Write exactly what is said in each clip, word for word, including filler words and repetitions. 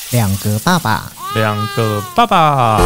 两个爸爸， 两个爸爸。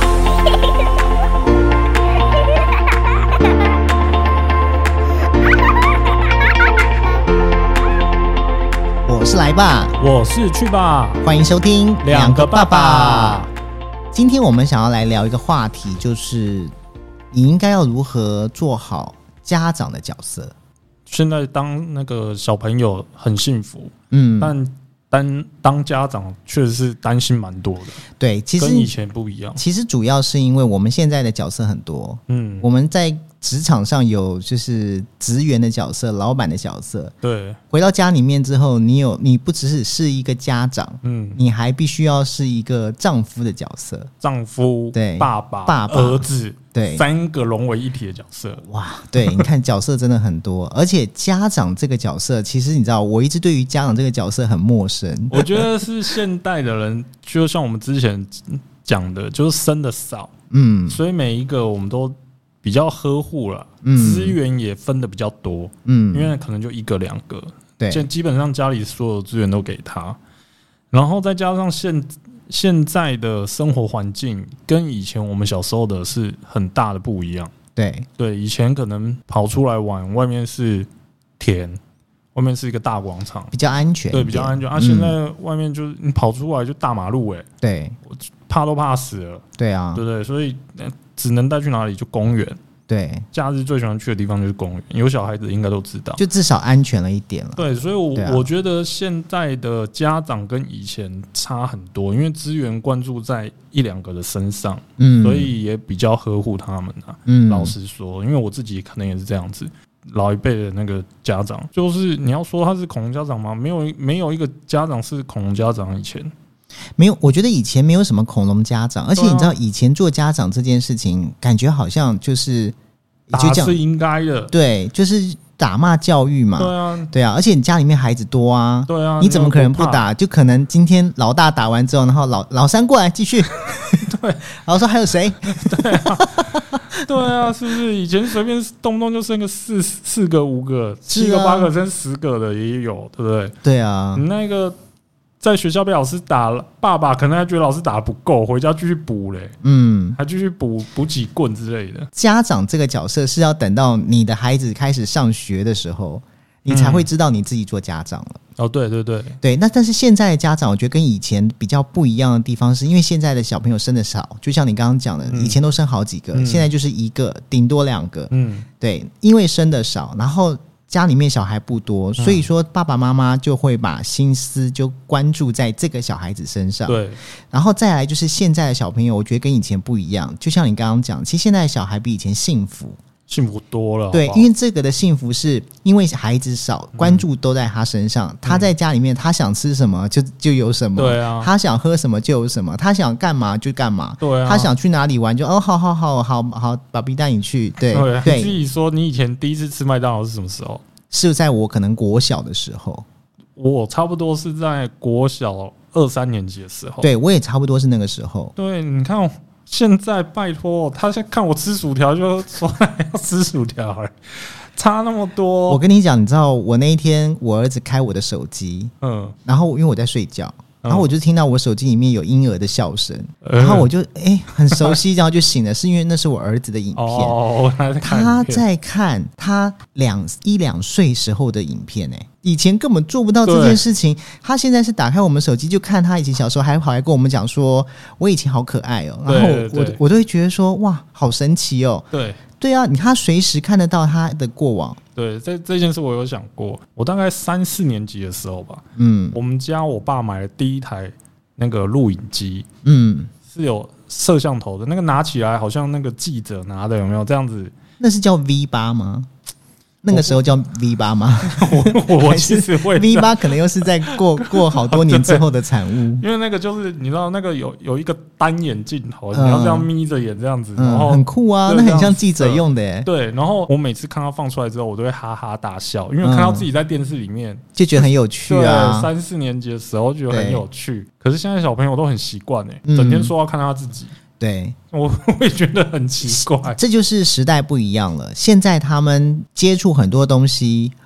我是来爸， 我是去吧， 欢迎收听两个爸爸。 今天我们想要来聊一个话题，就是你应该要如何做好家长的角色。 现在当那个小朋友很幸福， 嗯， 但当当家长确实是担心蛮多的。 对，其实跟以前不一样。 其实主要是因为我们现在的角色很多，嗯，我们在职场上有就是职员的角色、老板的角色， 对。 回到家里面之后，你有你不只是是一个家长，嗯，你还必须要是一个丈夫的角色， 丈夫、 对， 爸爸、 爸爸、 儿子， 对， 三个融为一体的角色。 哇，对，你看角色真的很多，而且家长这个角色，其实你知道，我一直对于家长这个角色很陌生。 我觉得是现代的人，就像我们之前讲的，就是生的少，嗯，所以每一个我们都比较呵护了，资源也分的比较多，嗯，因为可能就一个两个，对，基本上家里所有资源都给他，然后再加上现现在的生活环境跟以前我们小时候的是很大的不一样，对对，以前可能跑出来玩，外面是田，外面是一个大广场， 比较安全， 对，比较安全。啊，现在外面就是你跑出来就大马路，哎、欸， 对， 我怕都怕死了，对啊，对不对？所以只能带去哪里？就公园。对，假日最喜欢去的地方就是公园，有小孩子应该都知道， 就至少安全了一点了。 对，所以我，我、啊、我觉得现在的家长跟以前差很多，因为资源灌注在一两个的身上，嗯，所以也比较呵护他们啊。嗯，老实说，因为我自己可能也是这样子。老一辈的那个家长，就是你要说他是恐龙家长吗？没有，没有一个家长是恐龙家长。以前没有，我觉得以前没有什么恐龙家长，而且你知道，以前做家长这件事情，感觉好像就是打是应该的， 对，就是打骂教育嘛， 对啊， 对啊，而且你家里面孩子多啊， 对啊， 你怎么可能不打？就可能今天老大打完之后，然后老老三过来继续， 对， 然后说还有谁？ 对啊。对啊，是不是以前随便动不动就生个四四个、五个、七个、八个，生十个的也有，对不对？ 对啊， 你那个在学校被老师打了，爸爸可能还觉得老师打得不够，回家继续补嘞，嗯，还继续补补几棍之类的。 家长这个角色是要等到你的孩子开始上学的时候，你才会知道你自己做家长了。 哦，对对对， 对。那但是现在的家长，我觉得跟以前比较不一样的地方，是因为现在的小朋友生的少，就像你刚刚讲的，嗯、以前都生好几个，嗯、现在就是一个，顶多两个。嗯，对，因为生的少，然后家里面小孩不多，所以说爸爸妈妈就会把心思就关注在这个小孩子身上。对，然后再来就是现在的小朋友，我觉得跟以前不一样，就像你刚刚讲，其实现在的小孩比以前幸福。 幸福多了， 对，因为这个的幸福是因为孩子少，关注都在他身上。嗯、他在家里面，他想吃什么就就有什么，对啊。他想喝什么就有什么，他想干嘛就干嘛，对啊。他想去哪里玩就哦，好好好好好，爸比带你去，对对。 对，你自己说，你以前第一次吃麦当劳是什么时候？ 是在我可能国小的时候， 我差不多是在国小二三年级的时候， 对我也差不多是那个时候。 对，你看。现在拜托，他现在看我吃薯条就说要吃薯条，差那么多。 我跟你讲，你知道我那一天我儿子开我的手机，嗯，然后因为我在睡觉，然后我就听到我手机里面有婴儿的笑声，嗯、然后我就哎、欸、很熟悉，然后就醒了，是因为那是我儿子的影片，哦、在他在看他两一两岁时候的影片、欸，哎。以前根本做不到这件事情，他现在是打开我们手机就看他以前小时候，还跑来跟我们讲说，我以前好可爱哦、喔，然后 我, 我, 我都会觉得说，哇，好神奇哦、喔。对对啊，你看他随时看得到他的过往。 对，这这件事我有想过，我大概三四年级的时候吧，嗯，我们家我爸买了第一台那个录影机，嗯，是有摄像头的，那个拿起来好像那个记者拿的，有没有这样子？ 那是叫 V 八吗？那个时候叫 V 八 吗？ 我我其实会 V 八可能又是在过过好多年之后的产物， 因为那个就是你知道那个有有一个单眼镜头，嗯、你要这样眯着眼这样子， 嗯、 然后很酷啊，那很像记者用的耶。 对，然后我每次看到放出来之后，我都会哈哈大笑，因为看到自己在电视里面、 嗯、就觉得很有趣啊。 三四年级的时候觉得很有趣，可是现在小朋友都很习惯哎，整天说要看他自己。对，我会觉得很奇怪， 这就是时代不一样了。现在他们接触很多东西，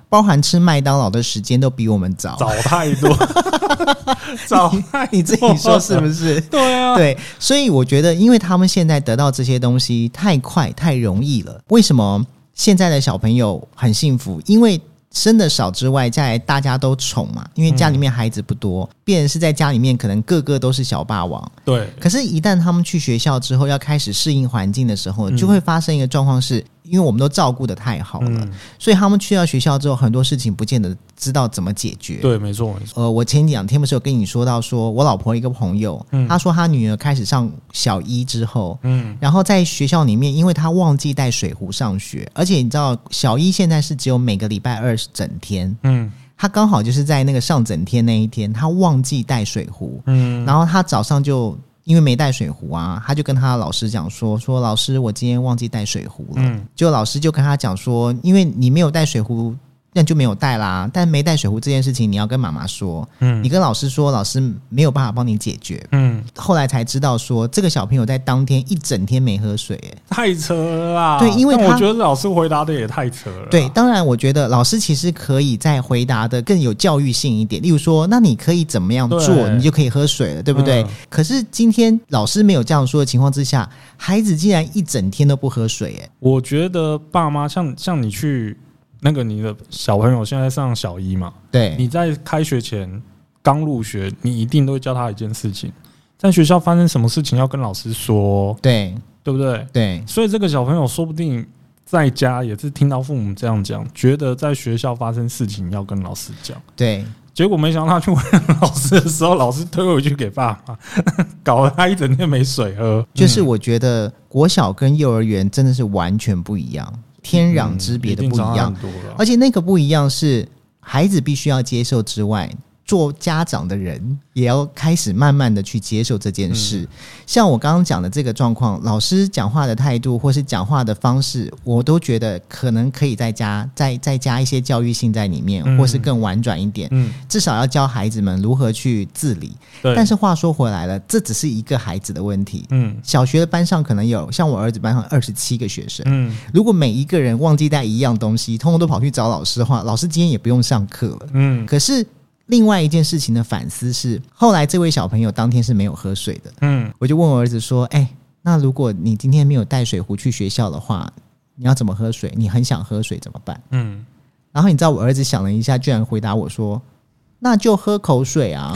包含吃麦当劳的时间都比我们早， 早太多，早太多， 你自己说是不是？ 对啊， 对，所以我觉得，因为他们现在得到这些东西太快太容易了。为什么现在的小朋友很幸福？因为生的少之外，再来大家都宠嘛，因为家里面孩子不多，嗯、变成是在家里面可能个个都是小霸王。 对。 可是，一旦他们去学校之后，要开始适应环境的时候，就会发生一个状况是，因为我们都照顾得太好了，嗯、所以他们去到学校之后，很多事情不见得知道怎么解决。 对，没错，没错。 呃，我前两天不是有跟你说到说，我老婆一个朋友，嗯、她说她女儿开始上小一之后，嗯，然后在学校里面，因为她忘记带水壶上学，而且你知道，小一现在是只有每个礼拜二整天，嗯。他刚好就是在那个上整天那一天，他忘记带水壶，嗯，然后他早上就因为没带水壶啊，他就跟他老师讲说说老师，我今天忘记带水壶了，嗯，就老师就跟他讲说，因为你没有带水壶，那就没有带啦，但没带水壶这件事情你要跟妈妈说，嗯，你跟老师说，老师没有办法帮你解决，嗯，后来才知道说这个小朋友在当天一整天没喝水， 太扯了啦， 对，因为我觉得老师回答的也太扯了， 对，当然我觉得老师其实可以再回答的更有教育性一点，例如说，那你可以怎么样做，你就可以喝水了，对不对？嗯、可是今天老师没有这样说的情况之下，孩子竟然一整天都不喝水，哎， 我觉得爸妈像像你去。那个你的小朋友现在上小一嘛？ 对， 你在开学前刚入学，你一定都会教他一件事情，在学校发生什么事情要跟老师说， 对， 对不对？ 对， 所以这个小朋友说不定在家也是听到父母这样讲，觉得在学校发生事情要跟老师讲， 对。 结果没想到他去问老师的时候，老师推回去给爸妈，搞得他一整天没水喝。 就是我觉得国小跟幼儿园真的是完全不一样。天壤之别的不一样， 嗯、 而且那个不一样是孩子必须要接受之外，做家长的人也要开始慢慢的去接受这件事。嗯、像我刚刚讲的这个状况，老师讲话的态度或是讲话的方式，我都觉得可能可以再加再再加一些教育性在里面，嗯、或是更婉转一点，嗯、至少要教孩子们如何去自理。但是话说回来了，这只是一个孩子的问题。嗯，小学的班上可能有像我儿子班上二十七个学生，嗯，如果每一个人忘记带一样东西，通通都跑去找老师的话，老师今天也不用上课了。嗯，可是另外一件事情的反思是，后来这位小朋友当天是没有喝水的。嗯，我就问我儿子说：“哎、欸，那如果你今天没有带水壶去学校的话，你要怎么喝水？你很想喝水怎么办？”嗯，然后你知道我儿子想了一下，居然回答我说：“那就喝口水啊。”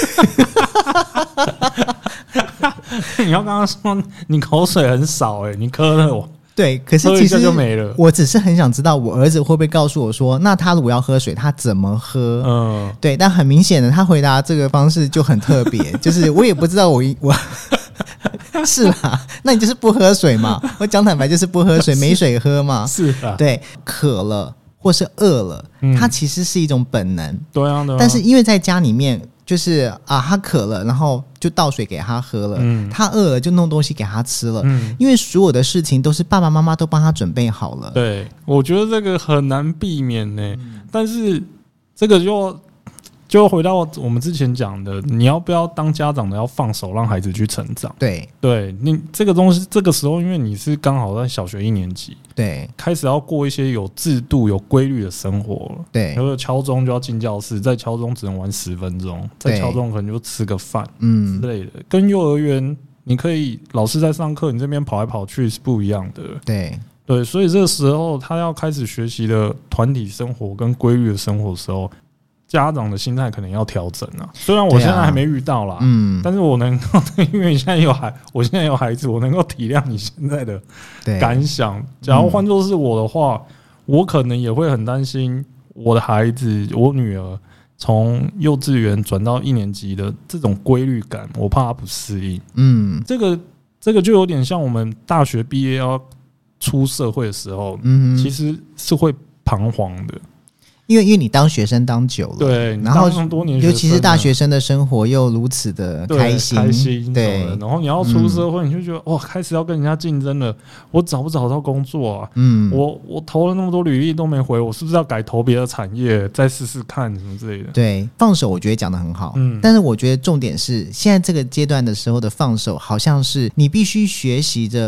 你要刚刚说你口水很少哎、欸，你喝了我。 对，可是其实我只是很想知道我儿子会不会告诉我说，那他如果要喝水他怎么喝。嗯，对，但很明显的他回答这个方式就很特别，就是我也不知道我我是啦，那你就是不喝水嘛，我讲坦白就是不喝水，没水喝嘛。 是啊， 对，渴了或是饿了，嗯、它其实是一种本能。 对啊，对啊。 但是因为在家里面，就是啊，他渴了，然后就倒水给他喝了；嗯、他饿了，就弄东西给他吃了。嗯、因为所有的事情都是爸爸妈妈都帮他准备好了。 对，我觉得这个很难避免呢、欸。嗯、但是这个就就回到我们之前讲的，你要不要当家长的要放手让孩子去成长？ 对， 对你这个东西，这个时候因为你是刚好在小学一年级， 对， 开始要过一些有制度、有规律的生活了。 对， 然后敲钟就要进教室，在敲钟只能玩十分钟，在敲钟可能就吃个饭，嗯之类的。跟幼儿园你可以老师在上课，你这边跑来跑去是不一样的。 对对，所以这个时候他要开始学习的团体生活跟规律的生活的时候，家长的心态可能要调整啊。虽然我现在还没遇到啦，嗯，但是我能够，因为你现在有孩，我现在有孩子，我能够体谅你现在的感想。假如换作是我的话，我可能也会很担心我的孩子，我女儿从幼稚园转到一年级的这种规律感，我怕她不适应。嗯，这个这个就有点像我们大学毕业要出社会的时候，嗯，其实是会彷徨的。 因为因为你当学生当久了， 对， 然后多年尤其是大学生的生活又如此的开心， 开心， 对， 然后你要出社会，嗯、你就觉得哇，开始要跟人家竞争了，我找不找到工作啊？嗯，我我投了那么多履历都没回，我是不是要改投别的产业，再试试看什么之类的？ 对，放手我觉得讲得很好，嗯，但是我觉得重点是现在这个阶段的时候的放手，好像是你必须学习着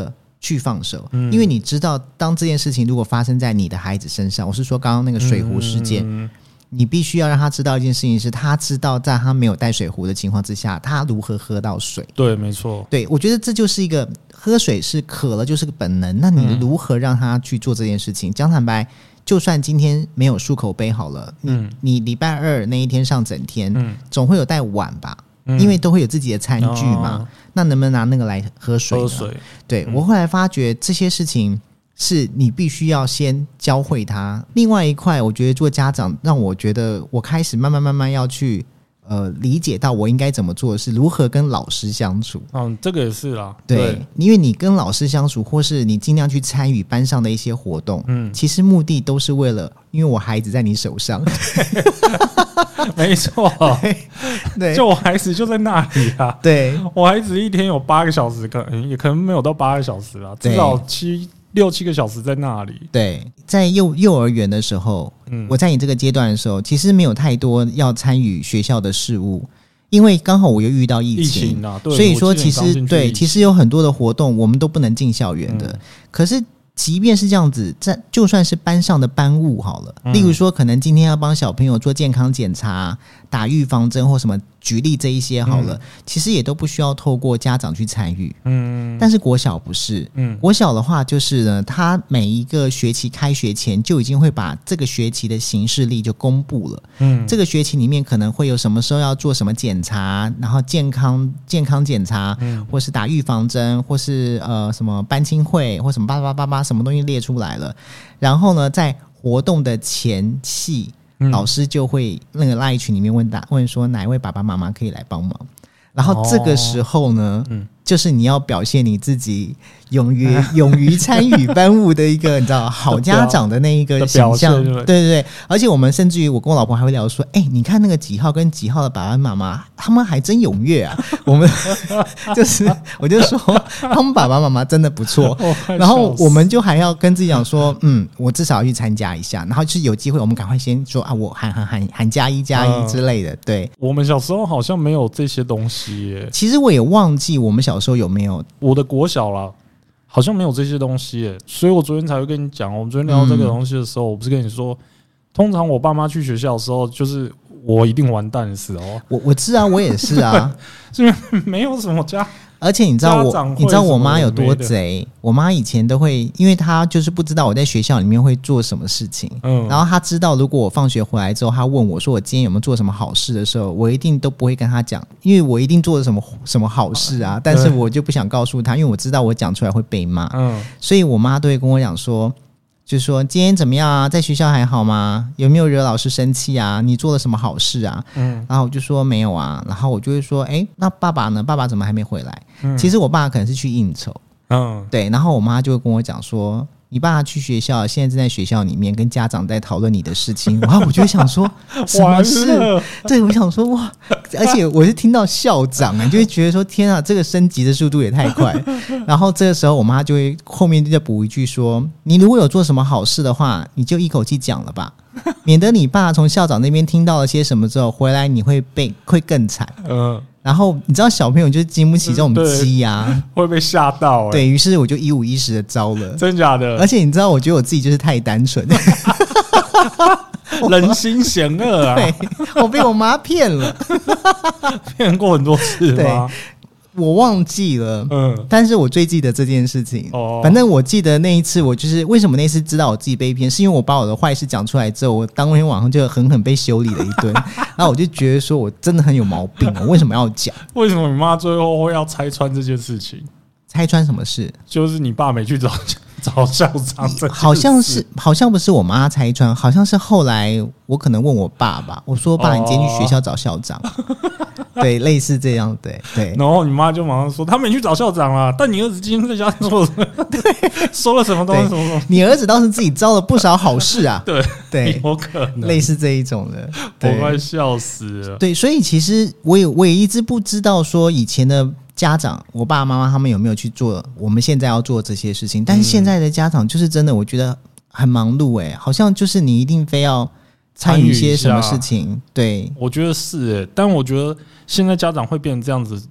去放手、嗯、因为你知道当这件事情如果发生在你的孩子身上，我是说刚刚那个水壶事件、嗯、你必须要让他知道一件事情，是他知道在他没有带水壶的情况之下他如何喝到水。 对，没错， 对，我觉得这就是一个喝水是渴了就是个本能，那你如何让他去做这件事情、嗯、讲坦白，就算今天没有漱口杯好了，嗯，你礼拜二那一天上整天、嗯、总会有带碗吧、嗯、因为都会有自己的餐具嘛、哦、那能不能拿那个来喝水呢？喝水，对、嗯、我后来发觉这些事情是你必须要先教会他。另外一块我觉得做家长让我觉得我开始慢慢慢慢要去呃，理解到我应该怎么做，是如何跟老师相处。 嗯，这个也是啦。 对，对，因为你跟老师相处，或是你尽量去参与班上的一些活动，嗯，其实目的都是为了，因为我孩子在你手上。 没错， 对， 就我孩子就在那里啊。对，我孩子一天有八个小时，可能也可能没有到八个小时啦，至少七。六七个小时在那里。 对，在幼幼儿园的时候、嗯、我在你这个阶段的时候其实没有太多要参与学校的事务，因为刚好我又遇到疫情, 疫情、啊、对，所以说其实对，其实有很多的活动我们都不能进校园的、嗯、可是即便是这样子，在就算是班上的班务好了、嗯、例如说可能今天要帮小朋友做健康检查、打预防针或什么，举例这一些好了、嗯、其实也都不需要透过家长去参与。嗯，但是国小不是，嗯，国小的话就是呢，他每一个学期开学前就已经会把这个学期的行事历就公布了。嗯，这个学期里面可能会有什么时候要做什么检查，然后健康健康检查、嗯、或是打预防针，或是呃什么班亲会或什么八八八八什么东西列出来了，然后呢在活动的前夕、嗯、老师就会那个 LINE 群里面问打问说哪一位爸爸妈妈可以来帮忙，然后这个时候呢、哦嗯、就是你要表现你自己勇于勇于参与班务的一个你知道好家长的那一个形象。对对对，而且我们甚至于我跟我老婆还会聊说，哎、欸，你看那个几号跟几号的爸爸妈妈他们还真踊跃啊。我们就是我就说他们爸爸妈妈真的不错，然后我们就还要跟自己讲说，嗯，我至少要去参加一下，然后就是有机会我们赶快先说啊，我喊喊喊喊加一加一之类的、嗯、对， 我们小时候好像没有这些东西耶。 其实我也忘记我们小时候有没有， 我的国小啦好像没有这些东西耶，所以我昨天才会跟你讲，我们昨天聊到这个东西的时候、嗯、我不是跟你说通常我爸妈去学校的时候就是我一定完蛋的时候。 我我知啊，我也是啊。 因为没有什么家， 而且你知道我你知道我妈有多贼，我妈以前都会，因为她就是不知道我在学校里面会做什么事情、嗯、然后她知道如果我放学回来之后她问我说我今天有没有做什么好事的时候，我一定都不会跟她讲，因为我一定做了什么什么好事啊，但是我就不想告诉她，因为我知道我讲出来会被骂、嗯、所以我妈都会跟我讲说，就是说今天怎么样啊，在学校还好吗？有没有惹老师生气啊？你做了什么好事啊？嗯，然后我就说没有啊，然后我就会说，哎，那爸爸呢？爸爸怎么还没回来？嗯，其实我爸可能是去应酬，嗯，对，然后我妈就会跟我讲说，你爸去学校，现在正在学校里面跟家长在讨论你的事情，然后我就会想说什么事？对，我想说哇，而且我是听到校长，你就会觉得说天啊，这个升级的速度也太快。然后这个时候我妈就会后面就再补一句说，你如果有做什么好事的话，你就一口气讲了吧，免得你爸从校长那边听到了些什么之后回来你会被会更惨。嗯。然后你知道小朋友就是经不起这种激啊， 会被吓到、欸、 对，于是我就一五一十的招了。 真假的？ 而且你知道我觉得我自己就是太单纯。 人心险恶啊。 对，我被我妈骗了。 骗过很多次吗？ 对，我忘记了，嗯，但是我最记得这件事情。哦，反正我记得那一次，我就是为什么那次知道我自己被骗，是因为我把我的坏事讲出来之后，我当天晚上就狠狠被修理了一顿。然后我就觉得说我真的很有毛病，我为什么要讲？ 为什么你妈最后会要拆穿这件事情？ 拆穿什么事？ 就是你爸没去找找校长这件事。 好像是，好像不是我妈拆穿，好像是后来我可能问我爸爸，我说爸，你今天去学校找校长。对，类似这样，对对。 然后你妈就马上说，他没去找校长啦，但你儿子今天在家做了什么？对，说了什么东西？什么什么？ 你儿子倒是自己招了不少好事啊。 对对， 有可能类似这一种的， 我快笑死了。 对，所以其实我也我也一直不知道说以前的家长，我爸爸妈妈他们有没有去做我们现在要做这些事情，但是现在的家长就是真的，我觉得很忙碌哎、欸，好像就是你一定非要参与一些什么事情。对， 我觉得是哎、欸，但我觉得现在家长会变成这样子，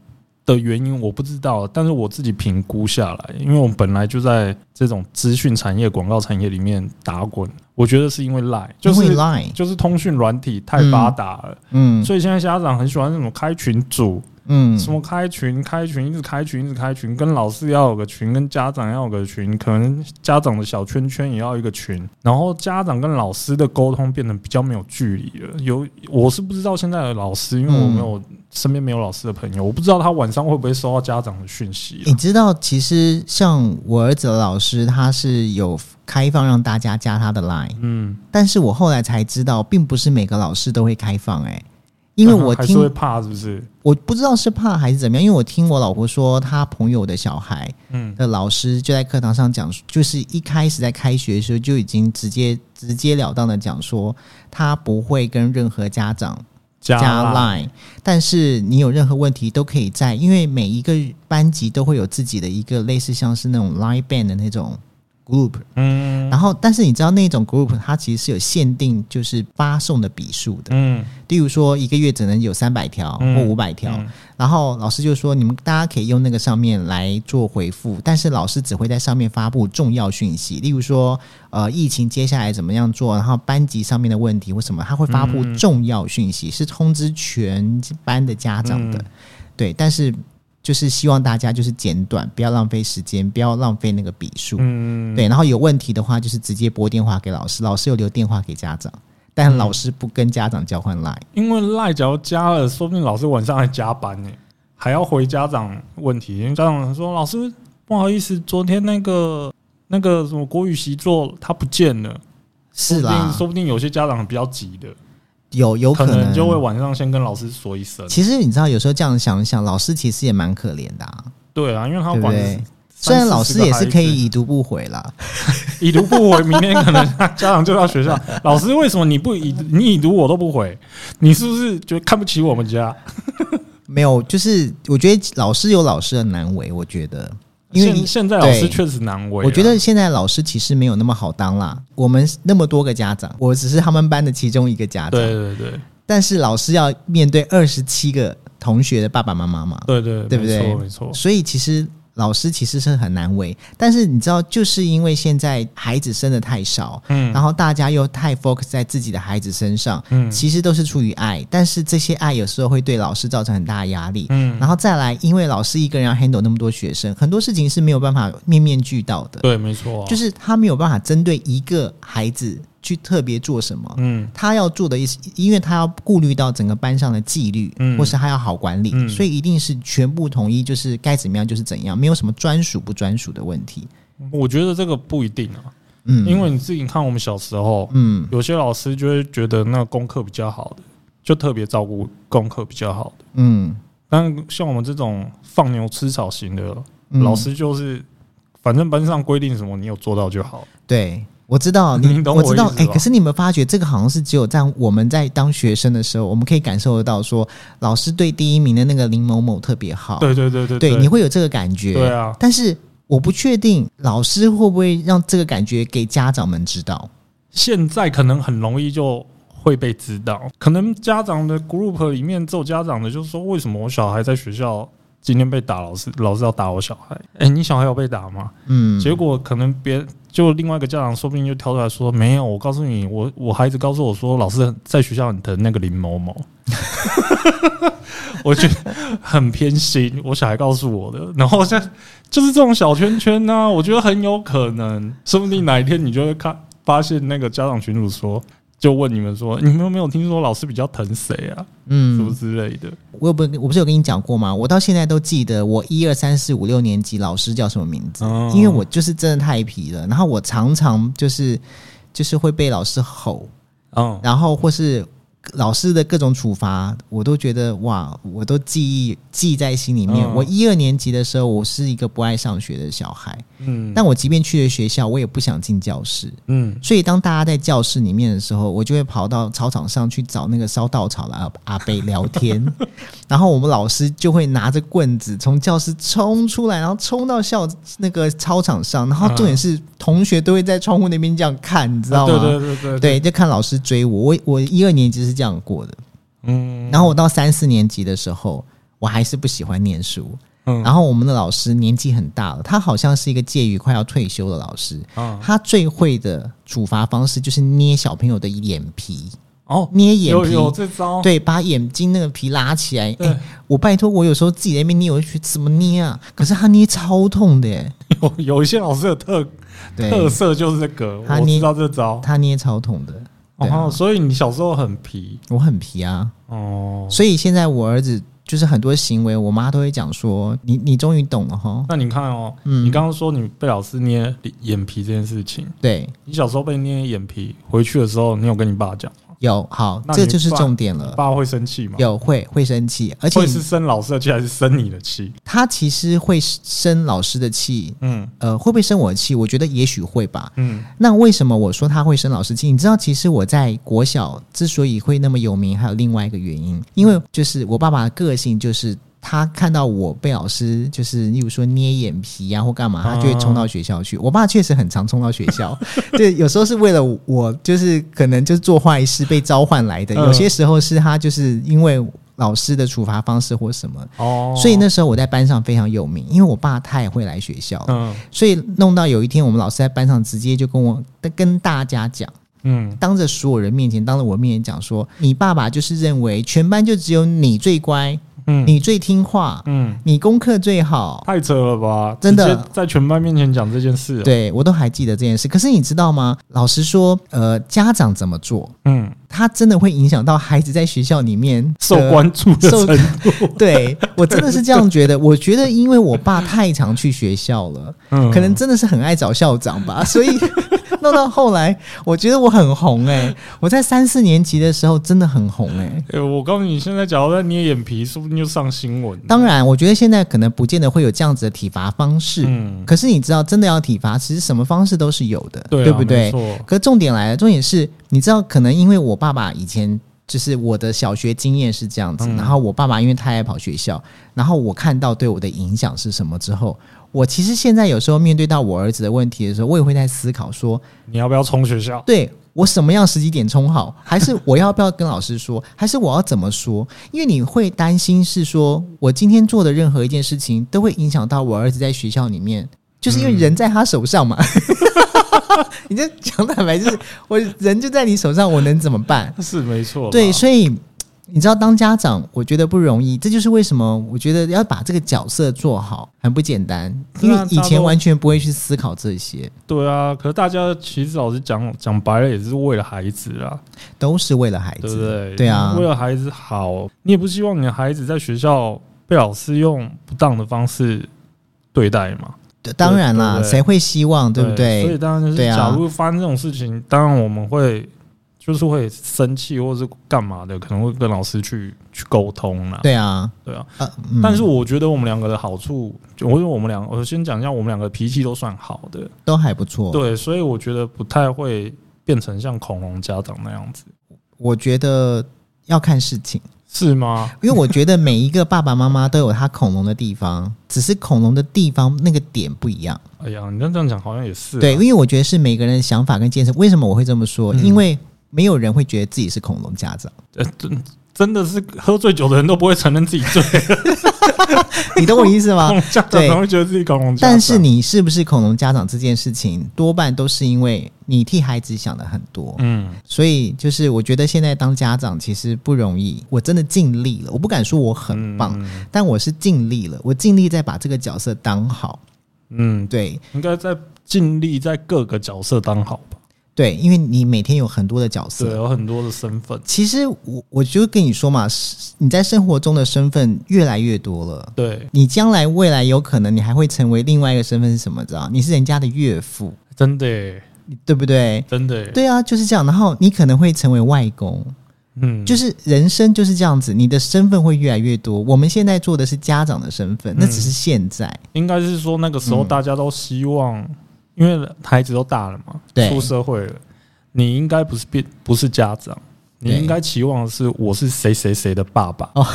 的原因我不知道，但是我自己评估下来，因为我们本来就在这种资讯产业、广告产业里面打滚，我觉得是因为 Line， 就是 Line 就是通讯软体太发达了，嗯，所以现在家长很喜欢那种开群组。嗯，什么开群开群一直开群一直开群，跟老师要有个群，跟家长要有个群，可能家长的小圈圈也要一个群，然后家长跟老师的沟通变得比较没有距离了。有我是不知道现在的老师，因为我没有、嗯、身边没有老师的朋友，我不知道他晚上会不会收到家长的讯息。 你知道，其实像我儿子的老师，他是有开放让大家加他的 Line， 嗯，但是我后来才知道，并不是每个老师都会开放、欸，哎。因为我听、嗯、还是会怕，是不是？ 我不知道是怕还是怎么样，因为我听我老婆说，她朋友的小孩的老师就在课堂上讲，就是一开始在开学的时候就已经直接直截了当的讲说，他不会跟任何家长加 Line， 但是你有任何问题都可以在，因为每一个班级都会有自己的一个类似像是那种 Line Band 的那种group， 嗯，然后但是你知道那种 group 它其实是有限定，就是发送的笔数的，嗯，例如说一个月只能有三百条或五百条，嗯，然后老师就说你们大家可以用那个上面来做回复，但是老师只会在上面发布重要讯息，例如说呃疫情接下来怎么样做，然后班级上面的问题或什么，他会发布重要讯息，嗯，是通知全班的家长的，嗯，对，但是就是希望大家就是简短，不要浪费时间，不要浪费那个笔数，嗯，对，然后有问题的话就是直接拨电话给老师，老师有留电话给家长，但老师不跟家长交换 Line， 因为 Line 只要加了，说不定老师晚上还加班呢，还要回家长问题，因为家长说老师不好意思，昨天那个那个什么国语习作它不见了， 是啦， 说不定有些家长比较急的。 有有可能, 可能就会晚上先跟老师说一声。 其实你知道，有时候这样想一想，老师其实也蛮可怜的啊。 对啊，因为他管对对，虽然老师也是可以已读不回啦， 已读不回，明天可能家长就到学校，老师为什么你不已你已读我都不回？你是不是觉得看不起我们家？ 没有，就是我觉得老师有老师的难为，我觉得。因为现在老师确实难为， 我觉得现在老师其实没有那么好当啦。我们那么多个家长，我只是他们班的其中一个家长， 对对对。 但是老师要面对二十七个同学的爸爸妈妈嘛， 对对， 对不对？ 没错没错。 所以其实老师其实是很难为，但是你知道，就是因为现在孩子生的太少，嗯，然后大家又太 focus 在自己的孩子身上，嗯，其实都是出于爱，但是这些爱有时候会对老师造成很大的压力，嗯，然后再来，因为老师一个人要 handle 那么多学生，很多事情是没有办法面面俱到的， 对，没错， 就是他没有办法针对一个孩子去特别做什么，嗯，他要做的意思，因为他要顾虑到整个班上的纪律，嗯，或是他要好管理，嗯，所以一定是全部统一，就是该怎么样就是怎样，没有什么专属不专属的问题。 我觉得这个不一定啊，嗯，因为你自己看我们小时候，嗯，有些老师就会觉得那个功课比较好的，就特别照顾功课比较好的，嗯，但像我们这种放牛吃草型的，嗯，老师就是反正班上规定什么，你有做到就好。 对。我知道，你, 你懂我知道，哎、欸，可是你有没有发觉，这个好像是只有在我们在当学生的时候，我们可以感受得到说，老师对第一名的那个林某某特别好， 对对对 对, 对，你会有这个感觉， 对啊。 但是我不确定老师会不会让这个感觉给家长们知道。 现在可能很容易就会被知道，可能家长的 group 里面只有家长的，就是说为什么我小孩在学校今天被打，老师老师要打我小孩？哎、欸，你小孩有被打吗？嗯，结果可能别就另外一个家长说不定就跳出来说没有，我告诉你，我我孩子告诉我说老师在学校很疼那个林某某，我觉得很偏心，我小孩告诉我的，然后现在就是这种小圈圈啊，我觉得很有可能，说不定哪一天你就会看发现那个家长群组说。就问你们说，你们有没有听说老师比较疼谁啊？嗯，什么之类的。 我有不，我不是有跟你讲过吗？我到现在都记得我一二三四五六年级老师叫什么名字，哦，因为我就是真的太皮了。然后我常常就是就是会被老师吼，哦，然后或是老师的各种处罚，我都觉得哇，我都记忆记在心里面。哦，我一二年级的时候，我是一个不爱上学的小孩，嗯，但我即便去了学校，我也不想进教室，嗯，所以当大家在教室里面的时候，我就会跑到操场上去找那个烧稻草的 阿, 阿伯聊天，然后我们老师就会拿着棍子从教室冲出来，然后冲到校那个操场上，然后重点是同学都会在窗户那边这样看，你知道吗？ 啊，对对对 对, 对， 对，就看老师追我。我我一二年级是这样过的，嗯，然后我到三四年级的时候， 我还是不喜欢念书。嗯、然后我们的老师年纪很大了，他好像是一个介于快要退休的老师。嗯、他最会的处罚方式就是捏小朋友的眼皮。哦，捏眼皮， 有有这招， 对，把眼睛那个皮拉起来。哎、欸，我拜托，我有时候自己在那边捏，我就觉得怎么捏啊？可是他捏超痛的耶。 有有一些老师的特特色就是这个，他捏我知道这招， 他捏超痛的。 哦，所以你小时候很皮， 我很皮啊。哦，所以现在我儿子。就是很多行为，我妈都会讲说：“你你终于懂了哈。” 那你看哦，嗯、你刚刚说你被老师捏眼皮这件事情， 对你小时候被捏眼皮，回去的时候，你有跟你爸讲吗？ 有，好，这就是重点了。 爸会生气吗？ 有，会会生气，而且会是生老师的气还是生你的气？ 他其实会生老师的气，嗯，呃，会不会生我的气？我觉得也许会吧，嗯。那为什么我说他会生老师气？你知道，其实我在国小之所以会那么有名，还有另外一个原因，因为就是我爸爸的个性就是。他看到我被老师就是例如说捏眼皮啊或干嘛，他就会冲到学校去。我爸确实很常冲到学校，对，有时候是为了我就是可能就是做坏事被召唤来的，有些时候是他就是因为老师的处罚方式或什么，哦，所以那时候我在班上非常有名，因为我爸他也会来学校，嗯，所以弄到有一天我们老师在班上直接就跟我跟大家讲。嗯，当着所有人面前，当着我面前讲说，你爸爸就是认为全班就只有你最乖，嗯，你最听话，嗯，你功课最好， 太扯了吧？ 真的， 在全班面前讲这件事、啊， 对我都还记得这件事。可是你知道吗？老实说，呃，家长怎么做，嗯，他真的会影响到孩子在学校里面受关注的程度。 对，我真的是这样觉得。我觉得，因为我爸太常去学校了，嗯，可能真的是很爱找校长吧，所以。弄到后来，我觉得我很红哎、欸！我在三四年级的时候真的很红哎、 欸欸！我告诉你，现在假如在捏眼皮，说不定就上新闻。 当然，我觉得现在可能不见得会有这样子的体罚方式，嗯。可是你知道，真的要体罚，其实什么方式都是有的，对、啊、对不对？没错。可是重点来了，重点是，你知道，可能因为我爸爸以前。就是我的小学经验是这样子、嗯、然后我爸爸因为太爱跑学校，然后我看到对我的影响是什么之后，我其实现在有时候面对到我儿子的问题的时候，我也会在思考说你要不要冲学校， 对，我什么样时机点冲好，还是我要不要跟老师说，还是我要怎么说，因为你会担心是说我今天做的任何一件事情都会影响到我儿子在学校里面，就是因为人在他手上嘛、嗯、你就讲坦白，就是我人就在你手上，我能怎么办？ 是没错， 对，所以你知道当家长我觉得不容易，这就是为什么我觉得要把这个角色做好很不简单，因为以前完全不会去思考这些。 对啊，可是大家其实老实讲讲白了也是为了孩子啦， 都是为了孩子， 对不对？ 对啊， 为了孩子好，你也不希望你的孩子在学校被老师用不当的方式对待嘛。 当然啦，谁会希望，对不对？ 所以当然就是，假如发生这种事情，啊、当然我们会就是会生气，或者是干嘛的，可能会跟老师去去沟通啦。 对啊， 对啊。呃嗯、但是我觉得我们两个的好处，就我觉得我们两个，我先讲一下，我们两个脾气都算好的， 都还不错。 对，所以我觉得不太会变成像恐龙家长那样子。 我觉得要看事情。 是吗？ 因为我觉得每一个爸爸妈妈都有他恐龙的地方，只是恐龙的地方那个点不一样。 哎呀，你这样讲好像也是、啊。 对，因为我觉得是每个人的想法跟见识。为什么我会这么说？嗯、因为没有人会觉得自己是恐龙家长。 呃，真真的是喝醉酒的人都不会承认自己醉。 你懂我意思吗？ 家长才会觉得自己恐龙家长。 但是你是不是恐龙家长这件事情，多半都是因为你替孩子想的很多。嗯，所以就是我觉得现在当家长其实不容易，我真的尽力了。我不敢说我很棒，嗯、但我是尽力了。我尽力在把这个角色当好。嗯，对， 应该在尽力在各个角色当好吧。 对，因为你每天有很多的角色， 对，有很多的身份。 其实我我就跟你说嘛，你在生活中的身份越来越多了。 对， 你将来未来有可能你还会成为另外一个身份是什么？知道？你是人家的岳父， 真的耶， 对不对？ 真的耶， 对啊，就是这样。然后你可能会成为外公，嗯，就是人生就是这样子，你的身份会越来越多。我们现在做的是家长的身份，那只是现在。嗯、 应该是说那个时候大家都希望。嗯，因为孩子都大了嘛，出社会了，你应该不是变不是家长，你应该期望的是我是谁谁谁的爸爸，哦、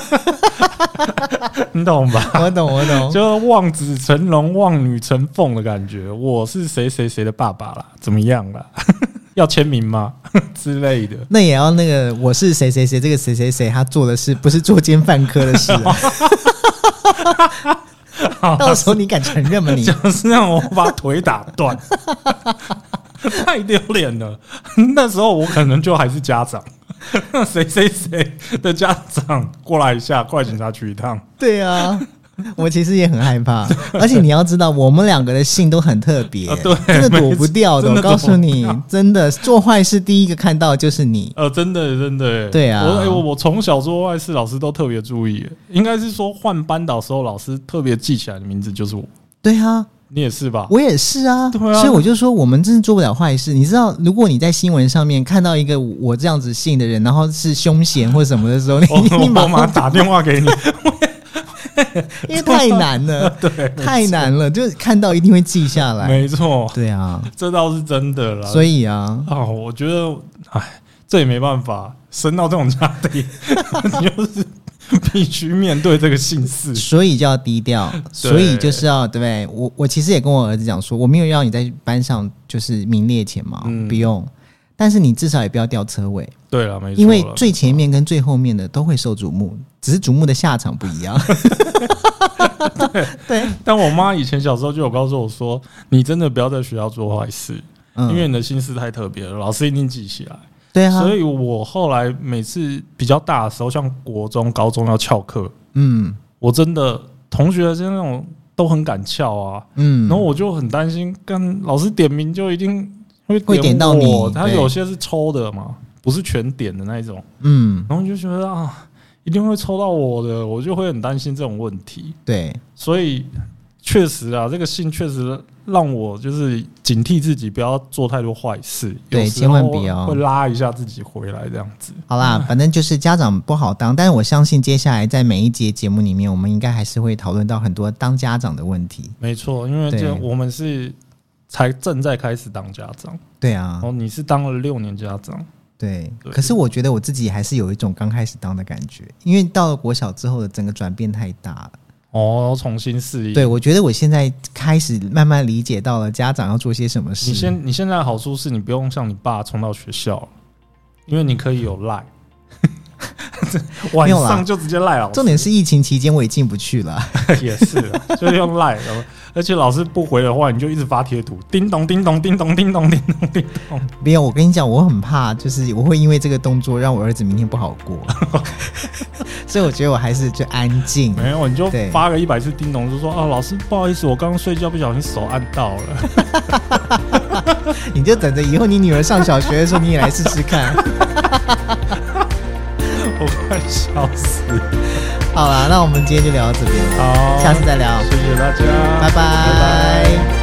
你懂吧？ 我懂，我懂， 就望子成龙、望女成凤的感觉。我是谁谁谁的爸爸啦，怎么样啦？ 要签名吗之类的？ 那也要那个我是谁谁谁，这个谁谁谁他做的事不是作奸犯科的事、啊。到时候你敢承认吗？你就是让我把腿打断，太丢脸了。那时候我可能就还是家长，谁谁谁的家长过来一下，过来警察局一趟。 对啊。我其实也很害怕，而且你要知道，我们两个的姓都很特别、啊， 对， 真的躲不掉的。我告诉你，真的做坏事第一个看到的就是你。 呃，真的真的， 对啊。 我、欸、我我从小做坏事，老师都特别注意，应该是说换班导的时候，老师特别记起来的名字就是我。 对啊， 你也是吧？ 我也是啊。 对啊， 所以我就说，我们真的做不了坏事。你知道，如果你在新闻上面看到一个我这样子姓的人，然后是凶嫌或什么的时候，你你马上打电话给你。 因为太难了， 对， 太难了，就看到一定会记下来。 没错， 对啊， 这倒是真的啦。 所以啊， 哦，我觉得，哎，这也没办法，生到这种家庭，你就是必须面对这个姓氏， 所以就要低调，所以就是要对不对？我我其实也跟我儿子讲说，我没有让你在班上就是名列前茅，嗯、不用。但是你至少也不要掉车尾。 对了，没错， 因为最前面跟最后面的都会受瞩目，只是瞩目的下场不一样。 对对，但我妈以前小时候就有告诉我说，你真的不要在学校做坏事，嗯、因为你的心思太特别了，老师一定记起来。 对啊， 所以我后来每次比较大的时候，像国中、高中要翘课，嗯，我真的同学是那种都很敢翘啊，嗯，然后我就很担心，跟老师点名就一定。 会点到你， 他有些是抽的嘛，不是全点的那一种，嗯，然后就觉得啊，一定会抽到我的，我就会很担心这种问题。 对， 所以确实啊，这个信确实让我就是警惕自己，不要做太多坏事。 对，千万不要会拉一下自己回来这样子。 好啦，反正就是家长不好当，但是我相信接下来在每一节节目里面，我们应该还是会讨论到很多当家长的问题。 没错，因为这我们是。才正在开始当家长， 对啊， 哦，你是当了六年家长， 对，对可是我觉得我自己还是有一种刚开始当的感觉，因为到了国小之后的整个转变太大了， 哦，重新适应。 对，我觉得我现在开始慢慢理解到了家长要做些什么事。 你现你现在的好处是你不用像你爸冲到学校，因为你可以有赖。晚上就直接赖老师， 重点是疫情期间我也进不去了， 也是啦，就是用赖，而且老师不回的话，你就一直发贴图，叮咚叮咚叮咚叮咚叮咚叮咚。 没有，我跟你讲，我很怕，就是我会因为这个动作让我儿子明天不好过，所以我觉得我还是就安静。 没有，你就发个一百次叮咚，就说啊，老师不好意思，我刚刚睡觉不小心手按到了。 你就等着以后你女儿上小学的时候，你也来试试看。 我快笑死！ 好啦，那我们今天就聊到这边， 好， 下次再聊， 谢谢大家， 拜拜。拜拜。